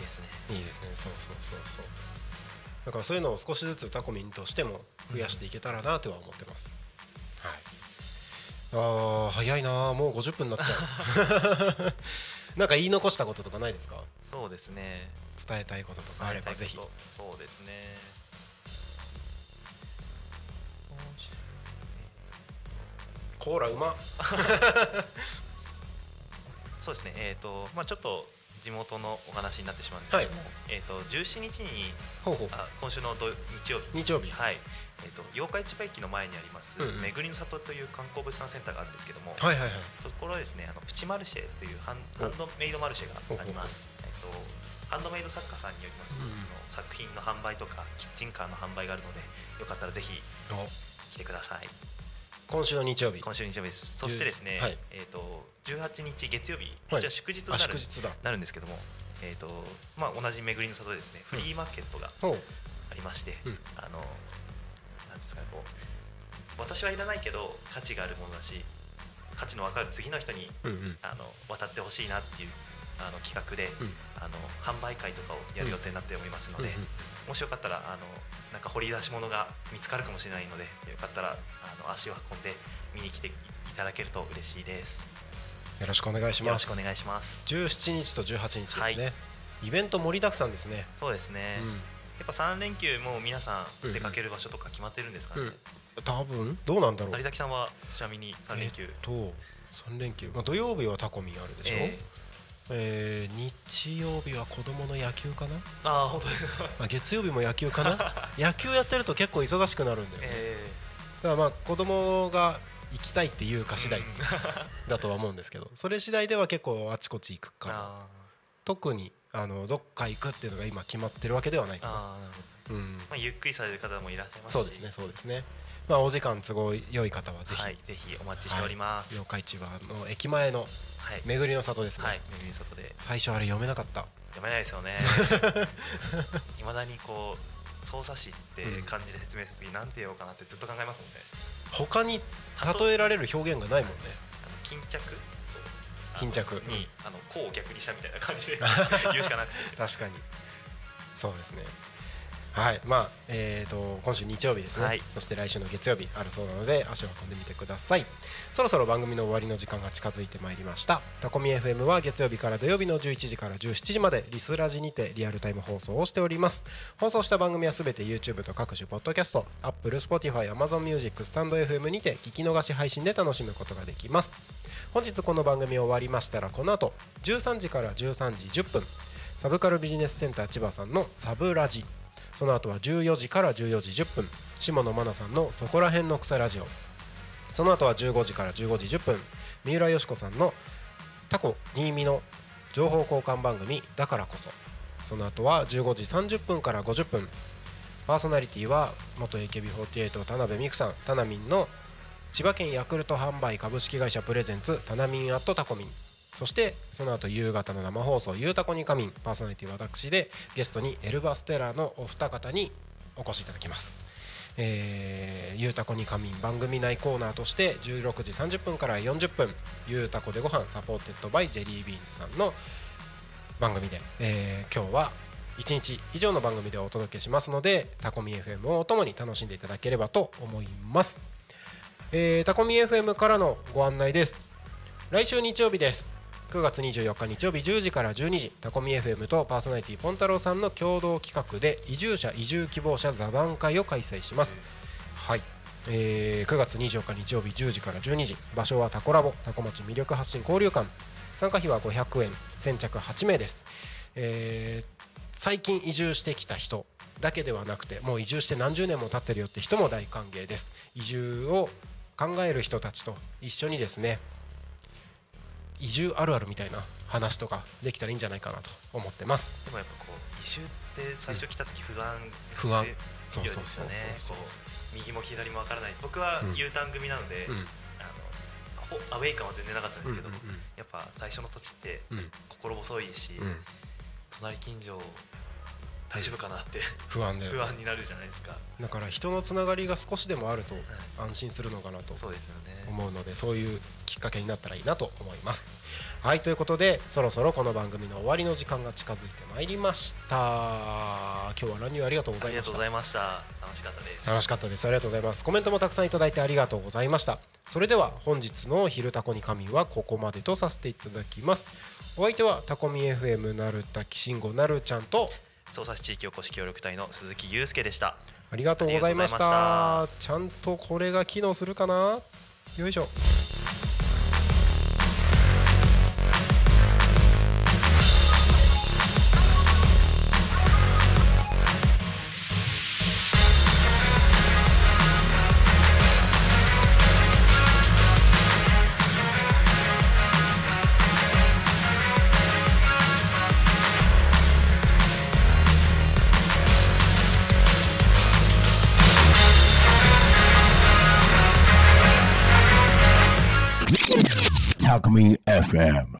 ですね。 いいですね。そうそうそうそう。だからそういうのを少しずつタコミンとしても増やしていけたらなとは思ってます、うん、はい。あー早いな、もうごじゅっぷんになっちゃうなんか言い残したこととかないですか？ そうですね、 伝えたいこととかあればぜひ。 そうですね、 コーラうまそうですね、えーとまあ、ちょっと地元のお話になってしまうんですけども、はい、えー、とじゅうしちにちにほうほう、 あ今週の土日曜日、 日曜日、 はい、えー、と八日市場駅の前にあります、うんうん、めぐりの里という観光物産センターがあるんですけども、 はいはいはい、 そこはですね、あのプチマルシェというハン、ハンドメイドマルシェがあります。えー、とハンドメイド作家さんによります、うん、の作品の販売とかキッチンカーの販売があるので、よかったらぜひ来てください。 今週の日曜日、 今週の日曜日です。そしてですね、はい、えー、とじゅうはちにち月曜日、 はい、 じゃあ祝日になる、なるんですけども、えーとまあ、同じめぐりの里でですね、フリーマーケットがありまして、うん、あのなんですかね、こう私はいらないけど価値があるものだし、価値の分かる次の人に、うんうん、あの渡ってほしいなっていうあの企画で、うん、あの販売会とかをやる予定になっておりますので、うんうんうん、もしよかったらあのなんか掘り出し物が見つかるかもしれないので、よかったらあの足を運んで見に来ていただけると嬉しいです。 よろしくお願いします。 よろしくお願いします。 じゅうしちにちとじゅうはちにちですね、はい、イベント盛りだくさんですね。 そうですね、うん、やっぱさん連休もう皆さん出かける場所とか決まってるんですかね、うんうん、 多分どうなんだろう。 有崎さんはちなみにさん連休、 えっとさん連休、まあ、土曜日はタコミンあるでしょ、えーえー、日曜日は子供の野球かな。 あ、本当ですまあ月曜日も野球かな野球やってると結構忙しくなるんだよね、えー、だからまあ子供が行きたいっていうか次第、うん、だとは思うんですけど、それ次第では結構あちこち行くかな。特にあのどっか行くっていうのが今決まってるわけではないかな。 あ、なるほど、うん、まあ、ゆっくりされる方もいらっしゃいますし。 そうですね、そうですね。まあ、お時間都合良い方はぜひ、 はい、ぜひお待ちしております。 八日市場の駅前のめぐりの里ですね、 はい、めぐりの里で。 最初あれ読めなかった。 読めないですよねいまだにこう操作詞って漢字で説明するときなんて言おうかなってずっと考えますもんね。 他に例えられる表現がないもんね。 あの巾着巾着に、うん、あのこうを逆にしたみたいな感じで言うしかなくて確かにそうですね。はい、まあえー、と今週日曜日ですね、はい、そして来週の月曜日あるそうなので足を運んでみてください。そろそろ番組の終わりの時間が近づいてまいりました。タコミ エフエム は月曜日から土曜日のじゅういちじからじゅうしちじまでリスラジにてリアルタイム放送をしております。放送した番組はすべて YouTube と各種ポッドキャスト、 Apple、Spotify、Amazon Music、スタンド エフエム にて聞き逃し配信で楽しむことができます。本日この番組終わりましたら、この後じゅうさんじからじゅうさんじじゅっぷんサブカルビジネスセンター千葉さんのサブラジ、その後はじゅうよじからじゅうよじじゅっぷん下野真奈さんのそこら辺の草ラジオ、その後はじゅうごじからじゅうごじじゅっぷん三浦佳子さんのタコ新見の情報交換番組だからこそ、その後はじゅうごじさんじゅっぷんからごじゅっぷんパーソナリティは元 エーケービーフォーティーエイト 田辺美久さん、タナミンの千葉県ヤクルト販売株式会社プレゼンツタナミンアットタコミン、そしてその後夕方の生放送ゆうたこに仮眠、パーソナリティ私でゲストにエルバステラのお二方にお越しいただきます。えー、ゆうたこに仮眠番組内コーナーとしてじゅうろくじさんじゅっぷんからよんじゅっぷんゆうたこでご飯サポーテッドバイジェリービーンズさんの番組で、えー、今日はいちにち以上の番組でお届けしますので、タコミ エフエム をともに楽しんでいただければと思います。えー、タコミ エフエム からのご案内です。来週日曜日です。くがつにじゅうよっか日曜日じゅうじからじゅうにじ、タコミ エフエム とパーソナリティポンタロウさんの共同企画で移住者移住希望者座談会を開催します。はい、えー、くがつにじゅうよっか日曜日じゅうじからじゅうにじ、場所はタコラボタコ町魅力発信交流館、参加費はごひゃくえん、先着はちめいです。えー、最近移住してきた人だけではなくて、もう移住して何十年も経ってるよって人も大歓迎です。移住を考える人たちと一緒にですね、移住あるあるみたいな話とかできたらいいんじゃないかなと思ってます。 でもやっぱこう移住って最初来た時不安、うん、 不安、 そうそうそうそう、右も左もわからない。僕は U ターン組なので、うん、あのアウェイ感は全然なかったんですけど、うんうんうん、やっぱ最初の土地って心細いし、うん、隣近所大丈夫かなって不安で不安になるじゃないですか。 だから人のつながりが少しでもあると安心するのかなとそうですよね。 思うので、そういうきっかけになったらいいなと思います。はい、ということでそろそろこの番組の終わりの時間が近づいてまいりました。今日は乱入ありがとうございました。 ありがとうございました。楽しかったです。 楽しかったです。ありがとうございます。コメントもたくさんいただいてありがとうございました。それでは本日の昼タコに神はここまでとさせていただきます。お相手はタコミ エフエム なるたきしんごなるちゃんと匝瑳市地域おこし協力隊の鈴木祐介でした。 ありがとうございました。ちゃんとこれが機能するかな。よいしょ。 タコミ エフエム